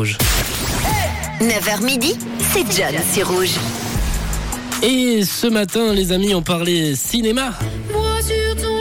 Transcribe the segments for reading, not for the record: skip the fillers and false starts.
Rouge. 9h midi, c'est John sur Rouge. Et ce matin, les amis, on parlait cinéma. Moi sur ton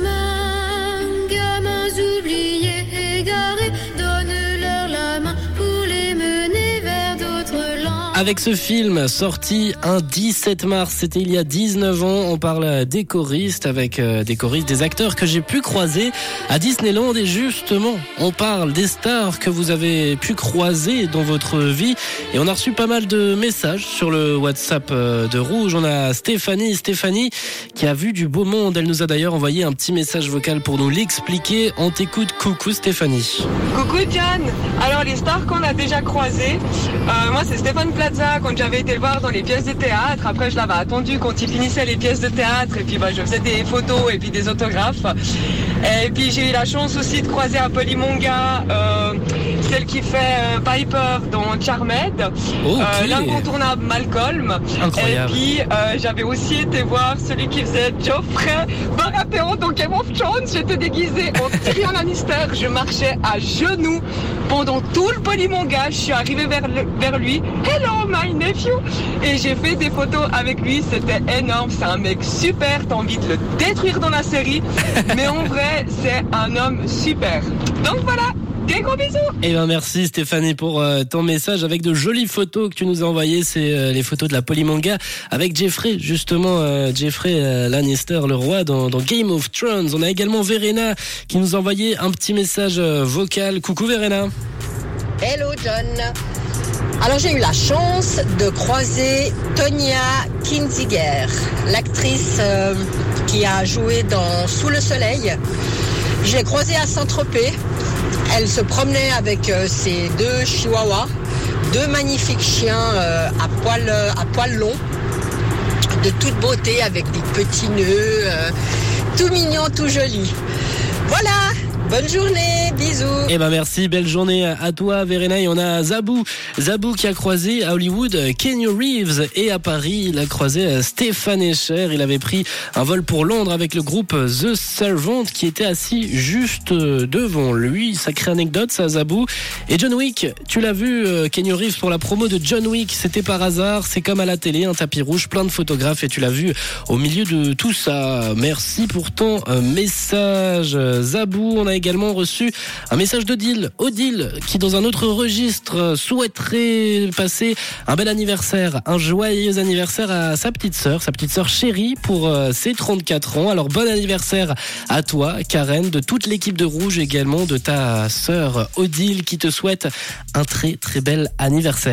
chemin, gamins oubliés, égarés, donne-leur la main pour les mener vers d'autres langues. Avec ce film sorti un 17 mars, c'était il y a 19 ans, on parle des choristes, avec des choristes, des acteurs que j'ai pu croiser à Disneyland. Et justement, on parle des stars que vous avez pu croiser dans votre vie. Et on a reçu pas mal de messages sur le WhatsApp de Rouge. On a Stéphanie qui a vu du beau monde. Elle nous a d'ailleurs envoyé un petit message vocal pour nous l'expliquer. On t'écoute. Coucou Stéphanie. Coucou John. Alors les stars qu'on a déjà croisées, moi c'est Stéphane Plaza quand j'avais été le voir dans les pièces de théâtre. Après je l'avais attendu quand il finissait les pièces de théâtre et puis je faisais des photos et puis des autographes. Et puis j'ai eu la chance aussi de croiser un Polymonga, celle qui fait Piper dans Charmed, l'incontournable Malcolm. Incroyable. Et puis j'avais aussi été voir celui qui faisait Geoffrey Baratheon dans Game of Thrones. J'étais déguisée en Tyrion Lannister. Je marchais à genoux pendant tout le Polymonga. Je suis arrivée vers lui. Hello my nephew. Et j'ai fait des photos avec lui. C'était énorme. C'est un mec super. T'as envie de le détruire dans la série. Mais en vrai, c'est un homme super. Donc voilà. Des gros bisous. Eh ben merci Stéphanie pour ton message avec de jolies photos que tu nous as envoyées. C'est les photos de la Polymonga avec Jeffrey, justement Jeffrey Lannister, le roi dans Game of Thrones. On a également Verena qui nous a envoyé un petit message vocal. Coucou Verena. Hello John. Alors j'ai eu la chance de croiser Tonya Kinziger, l'actrice qui a joué dans Sous le soleil. Je l'ai croisée à Saint-Tropez. Elle se promenait avec ses deux chihuahuas, deux magnifiques chiens à poil long, de toute beauté avec des petits nœuds, tout mignon, tout joli. Voilà. Bonne journée, bisous. Eh ben merci, belle journée à toi Verena. Et on a Zabou qui a croisé à Hollywood Keanu Reeves et à Paris il a croisé Stéphane Escher. Il avait pris un vol pour Londres avec le groupe The Servant qui était assis juste devant lui. Sacrée anecdote ça Zabou. Et John Wick, tu l'as vu Keanu Reeves pour la promo de John Wick, c'était par hasard, c'est comme à la télé, un tapis rouge, plein de photographes et tu l'as vu au milieu de tout ça. Merci pour ton message Zabou. On a également reçu un message d'Odile qui dans un autre registre souhaiterait passer un bel anniversaire, un joyeux anniversaire à sa petite sœur chérie pour ses 34 ans. Alors bon anniversaire à toi Karen, de toute l'équipe de Rouge également, de ta sœur Odile qui te souhaite un très très bel anniversaire.